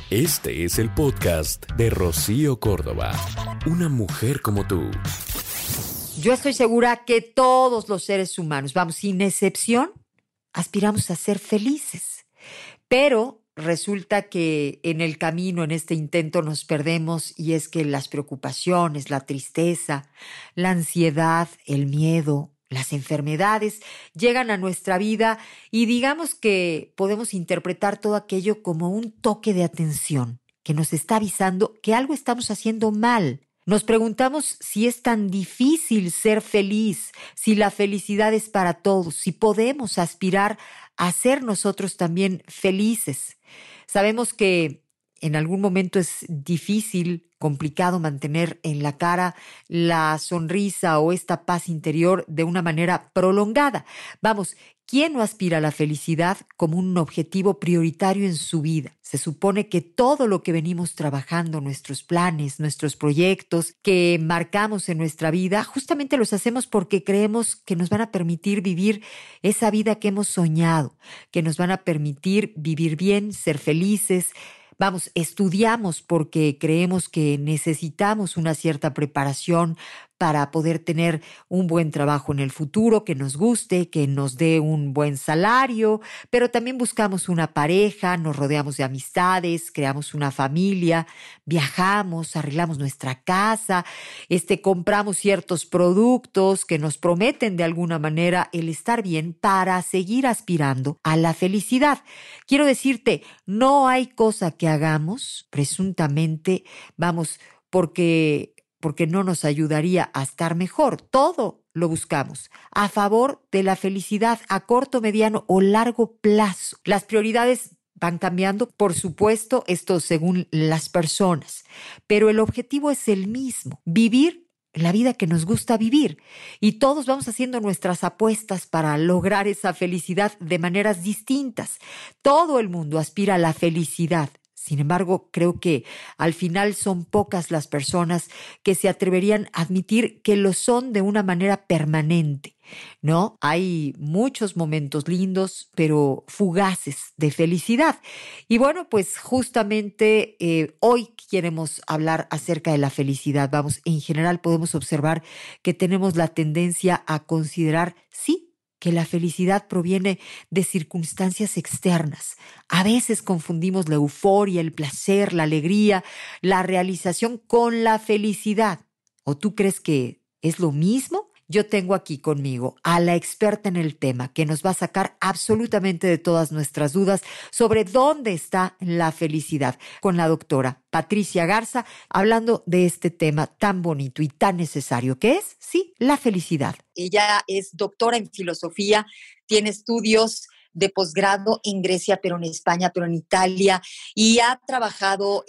Este es el podcast de Rocío Córdoba, una mujer como tú. Yo estoy segura que todos los seres humanos, vamos, sin excepción, aspiramos a ser felices. Pero resulta que en el camino, en este intento, nos perdemos y es que las preocupaciones, la tristeza, la ansiedad, el miedo, las enfermedades llegan a nuestra vida y digamos que podemos interpretar todo aquello como un toque de atención que nos está avisando que algo estamos haciendo mal. Nos preguntamos si es tan difícil ser feliz, si la felicidad es para todos, si podemos aspirar a ser nosotros también felices. Sabemos que en algún momento es difícil, complicado mantener en la cara la sonrisa o esta paz interior de una manera prolongada. Vamos, ¿quién no aspira a la felicidad como un objetivo prioritario en su vida? Se supone que todo lo que venimos trabajando, nuestros planes, nuestros proyectos que marcamos en nuestra vida, justamente los hacemos porque creemos que nos van a permitir vivir esa vida que hemos soñado, que nos van a permitir vivir bien, ser felices. Vamos, estudiamos porque creemos que necesitamos una cierta preparación para poder tener un buen trabajo en el futuro, que nos guste, que nos dé un buen salario, pero también buscamos una pareja, nos rodeamos de amistades, creamos una familia, viajamos, arreglamos nuestra casa, compramos ciertos productos que nos prometen de alguna manera el estar bien para seguir aspirando a la felicidad. Quiero decirte, no hay cosa que hagamos, presuntamente, vamos, porque no nos ayudaría a estar mejor. Todo lo buscamos a favor de la felicidad a corto, mediano o largo plazo. Las prioridades van cambiando, por supuesto, esto según las personas, pero el objetivo es el mismo, vivir la vida que nos gusta vivir. Y todos vamos haciendo nuestras apuestas para lograr esa felicidad de maneras distintas. Todo el mundo aspira a la felicidad. Sin embargo, creo que al final son pocas las personas que se atreverían a admitir que lo son de una manera permanente, ¿no? Hay muchos momentos lindos, pero fugaces de felicidad. Y bueno, pues justamente hoy queremos hablar acerca de la felicidad. Vamos, en general podemos observar que tenemos la tendencia a considerar, sí, que la felicidad proviene de circunstancias externas. A veces confundimos la euforia, el placer, la alegría, la realización con la felicidad. ¿O tú crees que es lo mismo? Yo tengo aquí conmigo a la experta en el tema que nos va a sacar absolutamente de todas nuestras dudas sobre dónde está la felicidad, con la doctora Patricia Garza, hablando de este tema tan bonito y tan necesario que es, sí, la felicidad. Ella es doctora en filosofía, tiene estudios de posgrado en Grecia, pero en España, pero en Italia, y ha trabajado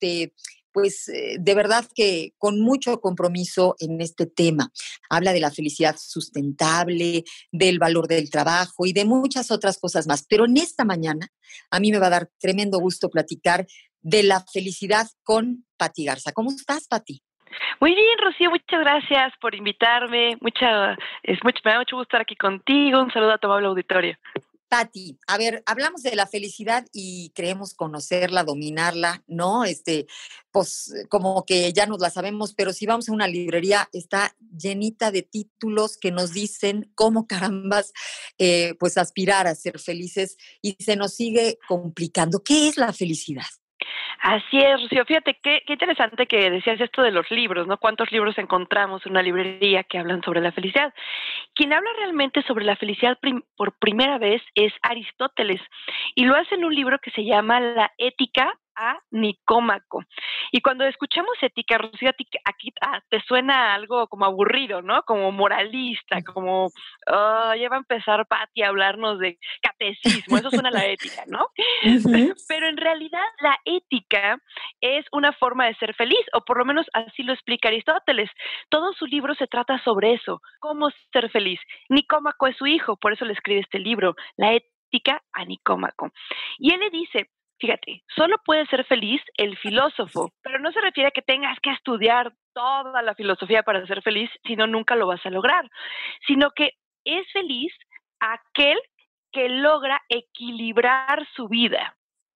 de verdad que con mucho compromiso en este tema. Habla de la felicidad sustentable, del valor del trabajo y de muchas otras cosas más. Pero en esta mañana a mí me va a dar tremendo gusto platicar de la felicidad con Pati Garza. ¿Cómo estás, Pati? Muy bien, Rocío, muchas gracias por invitarme. Me da mucho gusto estar aquí contigo. Un saludo a tu amable auditorio. Pati, a ver, hablamos de la felicidad y creemos conocerla, dominarla, ¿no? Pues como que ya nos la sabemos, pero si vamos a una librería está llenita de títulos que nos dicen cómo carambas, pues aspirar a ser felices y se nos sigue complicando. ¿Qué es la felicidad? Así es, Rocío. Fíjate qué interesante que decías esto de los libros, ¿no? ¿Cuántos libros encontramos en una librería que hablan sobre la felicidad? Quien habla realmente sobre la felicidad por primera vez es Aristóteles y lo hace en un libro que se llama La Ética a Nicómaco. Y cuando escuchamos ética, Rocío, aquí te suena algo como aburrido, ¿no? Como moralista, como ya va a empezar Pati a hablarnos de catecismo, eso suena a la ética, ¿no? Uh-huh. Pero en realidad la ética es una forma de ser feliz, o por lo menos así lo explica Aristóteles. Todo su libro se trata sobre eso, cómo ser feliz. Nicómaco es su hijo, por eso le escribe este libro, La Ética a Nicómaco. Y él le dice, fíjate, solo puede ser feliz el filósofo, pero no se refiere a que tengas que estudiar toda la filosofía para ser feliz, sino nunca lo vas a lograr, sino que es feliz aquel que logra equilibrar su vida.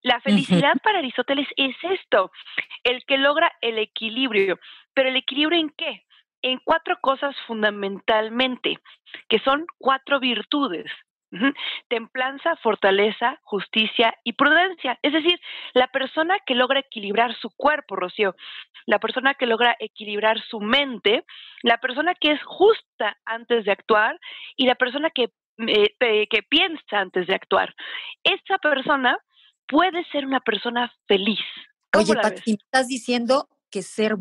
La felicidad para Aristóteles es esto, el que logra el equilibrio. ¿Pero el equilibrio en qué? En 4 cosas fundamentalmente, que son 4 virtudes. Templanza, fortaleza, justicia y prudencia. Es decir, la persona que logra equilibrar su cuerpo, Rocío, la persona que logra equilibrar su mente, la persona que es justa antes de actuar y la persona que piensa antes de actuar. Esa persona puede ser una persona feliz. ¿Cómo Oye, la ves? Pati, ¿me estás diciendo que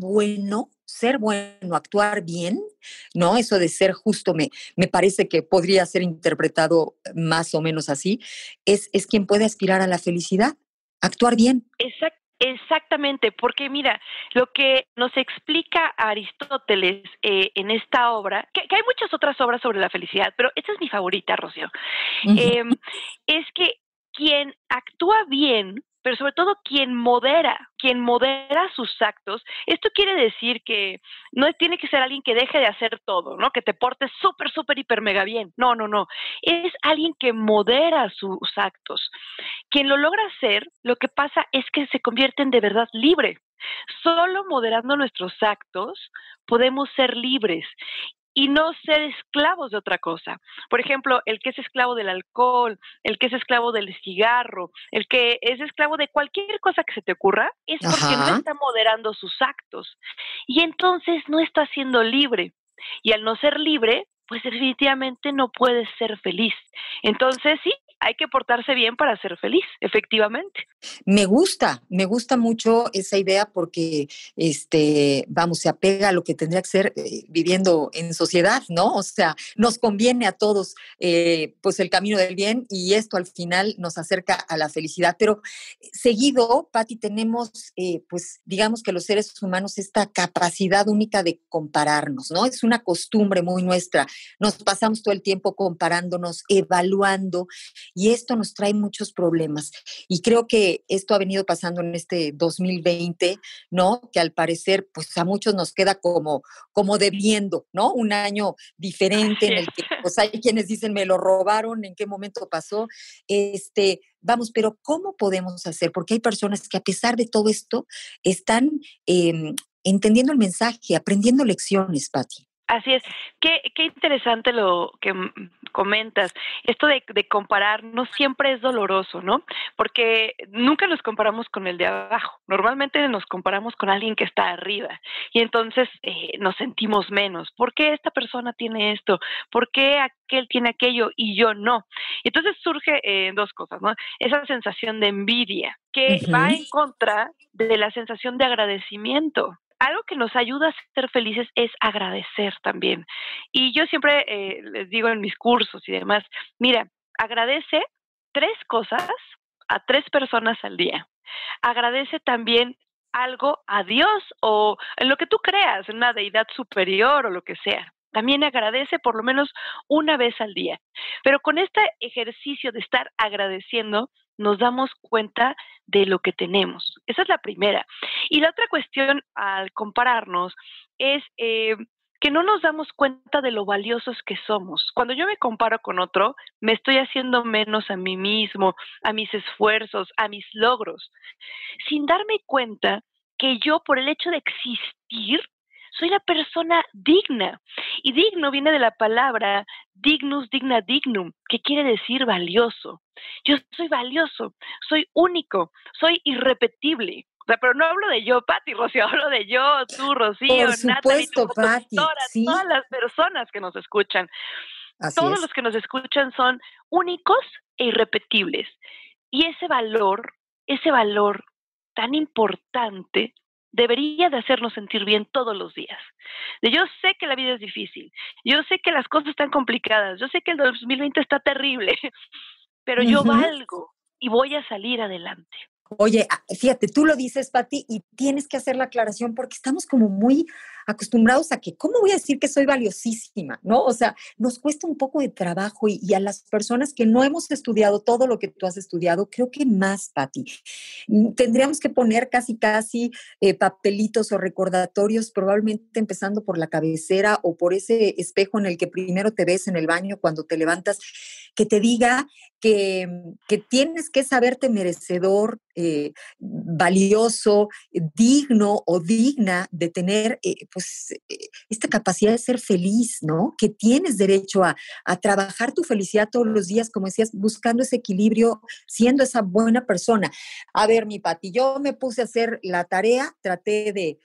ser bueno, actuar bien, ¿no? Eso de ser justo me parece que podría ser interpretado más o menos así, es quien puede aspirar a la felicidad, actuar bien. Exactamente, porque mira, lo que nos explica Aristóteles en esta obra, que hay muchas otras obras sobre la felicidad, pero esta es mi favorita, Rocío, Uh-huh. eh, es que quien actúa bien, pero sobre todo quien modera sus actos, esto quiere decir que no tiene que ser alguien que deje de hacer todo, ¿no? Que te portes súper, súper, hiper, mega bien. No, no, no. Es alguien que modera sus actos. Quien lo logra hacer, lo que pasa es que se convierten de verdad libre. Solo moderando nuestros actos podemos ser libres y no ser esclavos de otra cosa. Por ejemplo, el que es esclavo del alcohol, el que es esclavo del cigarro, el que es esclavo de cualquier cosa que se te ocurra, es porque no Ajá. está moderando sus actos. Y entonces no está siendo libre. Y al no ser libre, pues definitivamente no puedes ser feliz. Entonces sí, hay que portarse bien para ser feliz, efectivamente. Me gusta mucho esa idea porque, vamos, se apega a lo que tendría que ser viviendo en sociedad, ¿no? O sea, nos conviene a todos, pues, el camino del bien y esto al final nos acerca a la felicidad. Pero seguido, Patti, tenemos, pues, digamos que los seres humanos esta capacidad única de compararnos, ¿no? Es una costumbre muy nuestra. Nos pasamos todo el tiempo comparándonos, evaluando y esto nos trae muchos problemas. Y creo que esto ha venido pasando en este 2020, ¿no? Que al parecer, pues a muchos nos queda como debiendo, ¿no? Un año diferente Así en es. el que, pues hay quienes dicen, me lo robaron, en qué momento pasó. Vamos, pero ¿cómo podemos hacer? Porque hay personas que a pesar de todo esto están entendiendo el mensaje, aprendiendo lecciones, Pati. Así es. Qué interesante lo que comentas. Esto de comparar no siempre es doloroso, ¿no? Porque nunca nos comparamos con el de abajo. Normalmente nos comparamos con alguien que está arriba. Y entonces nos sentimos menos. ¿Por qué esta persona tiene esto? ¿Por qué aquel tiene aquello y yo no? Entonces surge 2 cosas, ¿no? Esa sensación de envidia que va Uh-huh. en contra de la sensación de agradecimiento. Algo que nos ayuda a ser felices es agradecer también. Y yo siempre les digo en mis cursos y demás, mira, agradece 3 cosas a 3 personas al día. Agradece también algo a Dios o en lo que tú creas, en una deidad superior o lo que sea. También agradece por lo menos una vez al día. Pero con este ejercicio de estar agradeciendo, nos damos cuenta de lo que tenemos. Esa es la primera. Y la otra cuestión al compararnos es que no nos damos cuenta de lo valiosos que somos. Cuando yo me comparo con otro, me estoy haciendo menos a mí mismo, a mis esfuerzos, a mis logros, sin darme cuenta que yo, por el hecho de existir, soy la persona digna. Y digno viene de la palabra dignus digna dignum, que quiere decir valioso. Yo soy valioso, soy único, soy irrepetible. O sea, pero no hablo de yo, Pati, Rocío, hablo de yo, tú, Por Rocío, Natalie, tu supuesto, Patti, productora, todas sí, las personas que nos escuchan. así Todos los es. que nos escuchan son únicos e irrepetibles. Y ese valor tan importante, debería de hacernos sentir bien todos los días. Yo sé que la vida es difícil, yo sé que las cosas están complicadas, yo sé que el 2020 está terrible, pero yo Uh-huh. valgo y voy a salir adelante. Oye, fíjate, tú lo dices, Pati, y tienes que hacer la aclaración porque estamos como muy acostumbrados a que, ¿cómo voy a decir que soy valiosísima? ¿No? O sea, nos cuesta un poco de trabajo y a las personas que no hemos estudiado todo lo que tú has estudiado, creo que más, Pati. Tendríamos que poner casi papelitos o recordatorios, probablemente empezando por la cabecera o por ese espejo en el que primero te ves en el baño cuando te levantas, que te diga que tienes que saberte merecedor, valioso, digno o digna de tener esta capacidad de ser feliz, ¿no? Que tienes derecho a trabajar tu felicidad todos los días, como decías, buscando ese equilibrio, siendo esa buena persona. A ver, mi Pati, yo me puse a hacer la tarea, traté de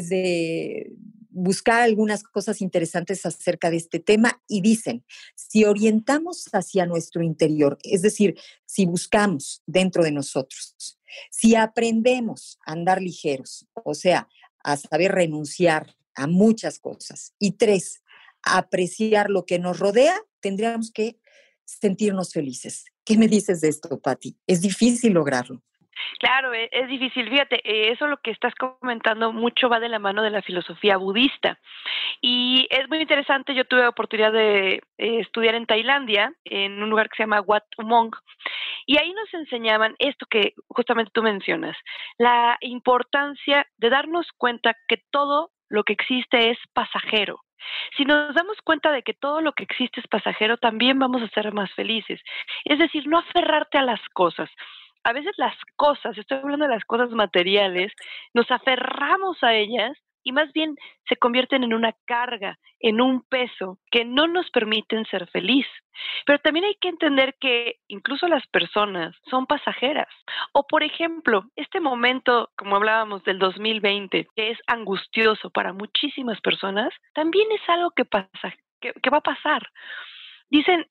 buscar algunas cosas interesantes acerca de este tema y dicen, si orientamos hacia nuestro interior, es decir, si buscamos dentro de nosotros, si aprendemos a andar ligeros, o sea, a saber renunciar a muchas cosas, y 3, apreciar lo que nos rodea, tendríamos que sentirnos felices. ¿Qué me dices de esto, Pati? Es difícil lograrlo. Claro, es difícil. Fíjate, eso lo que estás comentando mucho va de la mano de la filosofía budista. Y es muy interesante, yo tuve la oportunidad de estudiar en Tailandia, en un lugar que se llama Wat Umong, y ahí nos enseñaban esto que justamente tú mencionas, la importancia de darnos cuenta que todo lo que existe es pasajero. Si nos damos cuenta de que todo lo que existe es pasajero, también vamos a ser más felices. Es decir, no aferrarte a las cosas. A veces las cosas, estoy hablando de las cosas materiales, nos aferramos a ellas y más bien se convierten en una carga, en un peso que no nos permiten ser feliz. Pero también hay que entender que incluso las personas son pasajeras. O por ejemplo, este momento, como hablábamos del 2020, que es angustioso para muchísimas personas, también es algo que pasa, que va a pasar. Dicen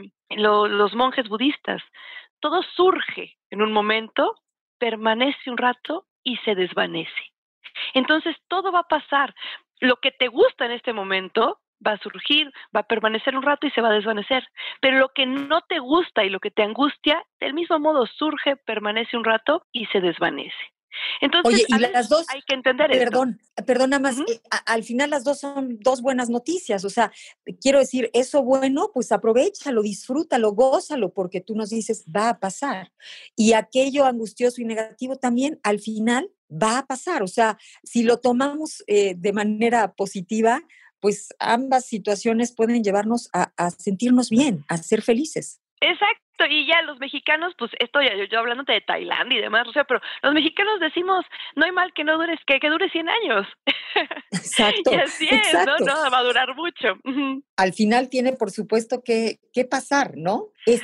los monjes budistas, todo surge en un momento, permanece un rato y se desvanece. Entonces todo va a pasar. Lo que te gusta en este momento va a surgir, va a permanecer un rato y se va a desvanecer. Pero lo que no te gusta y lo que te angustia, del mismo modo surge, permanece un rato y se desvanece. Entonces, oye, y las dos, hay que entender perdón, nada más, esto. al final las dos son dos buenas noticias, o sea, quiero decir, eso bueno, pues aprovéchalo, disfrútalo, gózalo, porque tú nos dices, va a pasar, y aquello angustioso y negativo también, al final, va a pasar, o sea, si lo tomamos de manera positiva, pues ambas situaciones pueden llevarnos a sentirnos bien, a ser felices. Exacto, y ya los mexicanos, pues esto ya yo hablándote de Tailandia y demás, o sea, pero los mexicanos decimos, no hay mal que no dure, que dure 100 años. Exacto, Y así es, ¿no? exacto. No, va a durar mucho. Uh-huh. Al final tiene, por supuesto, que pasar, ¿no?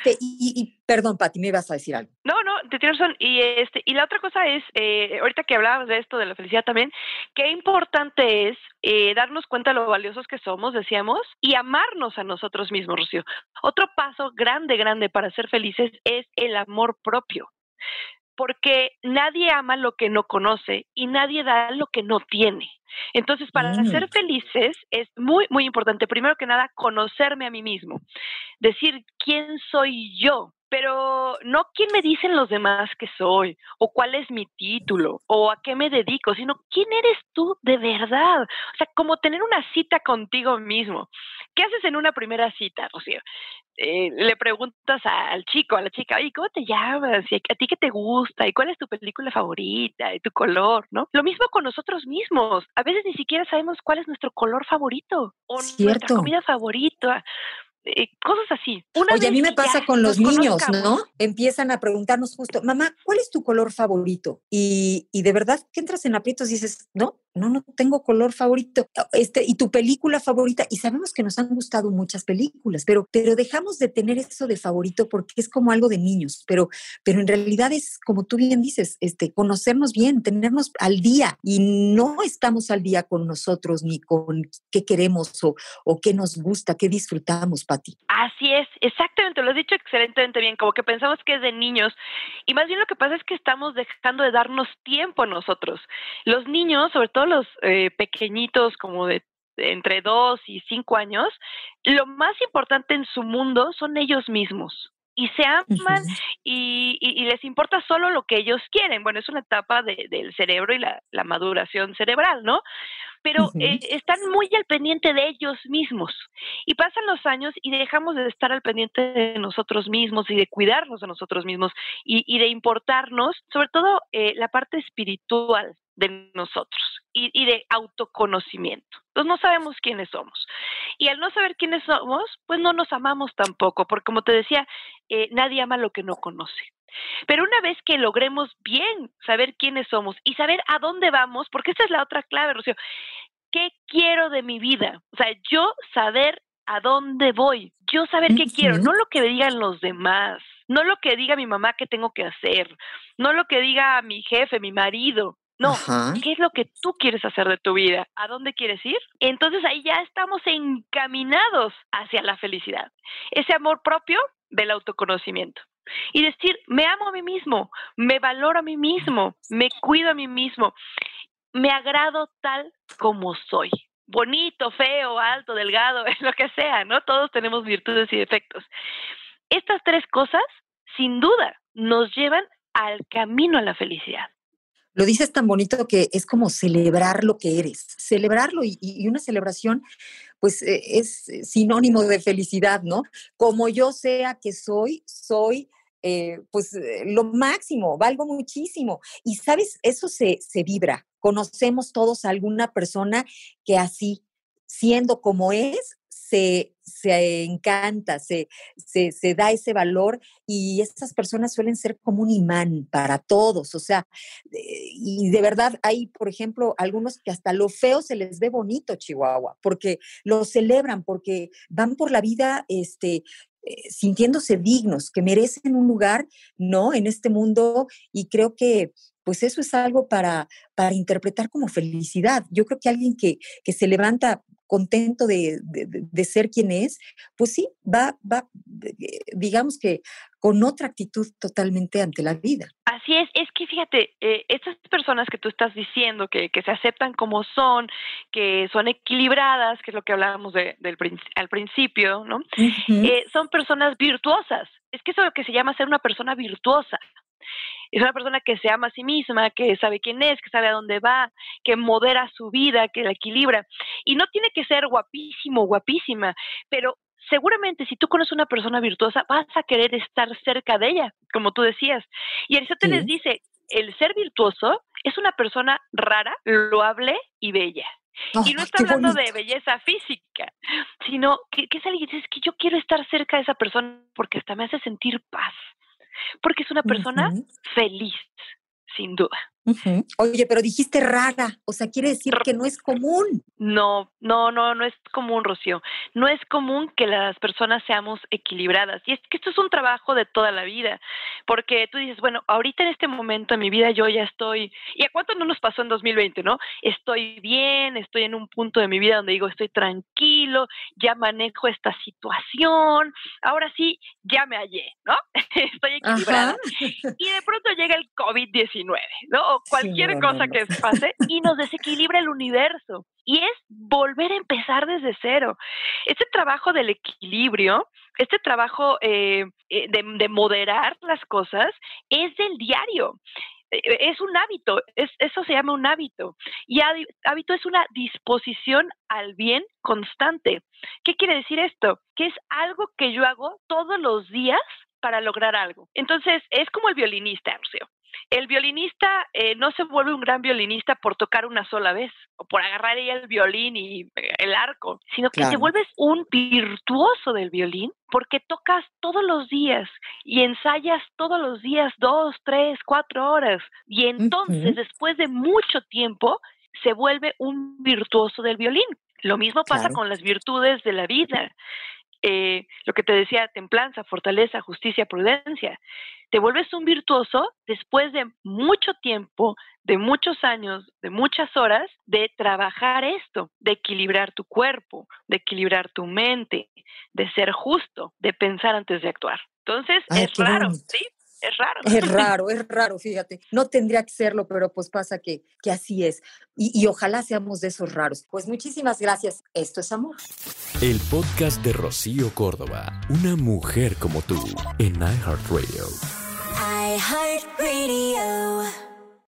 Perdón, Pati, me ibas a decir algo. No, te tienes razón. Y la otra cosa es, ahorita que hablabas de esto, de la felicidad también, qué importante es darnos cuenta de lo valiosos que somos, decíamos, y amarnos a nosotros mismos, Rocío. Otro paso grande, grande para ser felices es el amor propio. Porque nadie ama lo que no conoce y nadie da lo que no tiene. Entonces, para ser felices es muy, muy importante, primero que nada, conocerme a mí mismo, decir quién soy yo, pero no quién me dicen los demás que soy, o cuál es mi título, o a qué me dedico, sino quién eres tú de verdad. O sea, como tener una cita contigo mismo. ¿Qué haces en una primera cita, Rocío? Le preguntas al chico, a la chica, oye, ¿cómo te llamas? ¿Y a ti qué te gusta? ¿Y cuál es tu película favorita? ¿Y tu color? ¿No? Lo mismo con nosotros mismos. A veces ni siquiera sabemos cuál es nuestro color favorito o nuestra comida favorita. Cosas así. Oye, a mí me pasa con los niños, ¿no? Empiezan a preguntarnos justo, mamá, ¿cuál es tu color favorito? Y de verdad que entras en aprietos y dices, no tengo color favorito. ¿Y tu película favorita? Y sabemos que nos han gustado muchas películas, pero dejamos de tener eso de favorito porque es como algo de niños, pero en realidad es, como tú bien dices, conocernos bien, tenernos al día, y no estamos al día con nosotros ni con qué queremos o qué nos gusta, qué disfrutamos, Pati. Así es, exactamente, lo has dicho excelentemente bien, como que pensamos que es de niños, y más bien lo que pasa es que estamos dejando de darnos tiempo a nosotros. Los niños, sobre todo los pequeñitos como de entre 2 y 5 años, lo más importante en su mundo son ellos mismos. Y se aman y les importa solo lo que ellos quieren. Bueno, es una etapa del cerebro y la maduración cerebral, ¿no? pero están muy al pendiente de ellos mismos. Y pasan los años y dejamos de estar al pendiente de nosotros mismos y de cuidarnos de nosotros mismos y de importarnos, sobre todo la parte espiritual de nosotros y de autoconocimiento. Entonces no sabemos quiénes somos. Y al no saber quiénes somos, pues no nos amamos tampoco, porque como te decía, nadie ama lo que no conoce. Pero una vez que logremos bien saber quiénes somos y saber a dónde vamos, porque esta es la otra clave, Rocío, ¿qué quiero de mi vida? O sea, yo saber a dónde voy, yo saber qué quiero, no lo que digan los demás, no lo que diga mi mamá que tengo que hacer, no lo que diga mi jefe, mi marido. No, ¿qué es lo que tú quieres hacer de tu vida? ¿A dónde quieres ir? Entonces ahí ya estamos encaminados hacia la felicidad. Ese amor propio del autoconocimiento. Y decir, me amo a mí mismo, me valoro a mí mismo, me cuido a mí mismo, me agrado tal como soy. Bonito, feo, alto, delgado, lo que sea, ¿no? Todos tenemos virtudes y defectos. Estas tres cosas, sin duda, nos llevan al camino a la felicidad. Lo dices tan bonito que es como celebrar lo que eres, celebrarlo y una celebración pues es sinónimo de felicidad, ¿no? Como yo sea que soy lo máximo, valgo muchísimo. Y sabes, eso se vibra. Conocemos todos a alguna persona que así, siendo como es, se encanta, se da ese valor y estas personas suelen ser como un imán para todos, o sea, y de verdad hay, por ejemplo, algunos que hasta lo feo se les ve bonito, Chihuahua, porque lo celebran, porque van por la vida, sintiéndose dignos, que merecen un lugar, ¿no? En este mundo y creo que pues eso es algo para interpretar como felicidad. Yo creo que alguien que se levanta contento de ser quien es, pues sí, va, digamos que con otra actitud totalmente ante la vida. Así es que fíjate, estas personas que tú estás diciendo, que se aceptan como son, que son equilibradas, que es lo que hablábamos al principio, ¿no? Son personas virtuosas. Es que eso es lo que se llama ser una persona virtuosa. Es una persona que se ama a sí misma, que sabe quién es, que sabe a dónde va, que modera su vida, que la equilibra. Y no tiene que ser guapísimo, guapísima, pero seguramente si tú conoces una persona virtuosa, vas a querer estar cerca de ella, como tú decías. Y Aristóteles dice, el ser virtuoso es una persona rara, loable y bella. Y no está hablando de belleza física, sino que es alguien que dice, es que yo quiero estar cerca de esa persona porque hasta me hace sentir paz. Porque es una persona feliz, sin duda. Oye, pero dijiste rara, o sea, quiere decir que no es común. No es común, Rocío. No es común que las personas seamos equilibradas. Y es que esto es un trabajo de toda la vida. Porque tú dices, bueno, ahorita en este momento en mi vida yo ya estoy... ¿Y a cuánto no nos pasó en 2020, no? Estoy bien, estoy en un punto de mi vida donde digo, estoy tranquilo, ya manejo esta situación, ahora sí, ya me hallé, ¿no? Estoy equilibrada. Ajá. Y de pronto llega el COVID-19, ¿no? O cualquier cosa que pase y nos desequilibra el universo. Y es volver a empezar desde cero. Este trabajo del equilibrio, este trabajo de moderar las cosas, es del diario. Es un hábito, eso se llama un hábito. Y hábito es una disposición al bien constante. ¿Qué quiere decir esto? Que es algo que yo hago todos los días para lograr algo. Entonces, es como el violinista, Rocío. El violinista no se vuelve un gran violinista por tocar una sola vez o por agarrar ahí el violín y el arco, sino que te vuelves un virtuoso del violín porque tocas todos los días y ensayas todos los días 2, 3, 4 horas y entonces después de mucho tiempo se vuelve un virtuoso del violín. Lo mismo pasa con las virtudes de la vida. Lo que te decía, templanza, fortaleza, justicia, prudencia. Te vuelves un virtuoso después de mucho tiempo, de muchos años, de muchas horas de trabajar esto, de equilibrar tu cuerpo, de equilibrar tu mente, de ser justo, de pensar antes de actuar. Entonces, es raro, ¿sí? Es raro. Es raro, fíjate. No tendría que serlo, pero pues pasa que así es. Y ojalá seamos de esos raros. Pues muchísimas gracias. Esto es amor. El podcast de Rocío Córdoba. Una mujer como tú en iHeartRadio. iHeartRadio.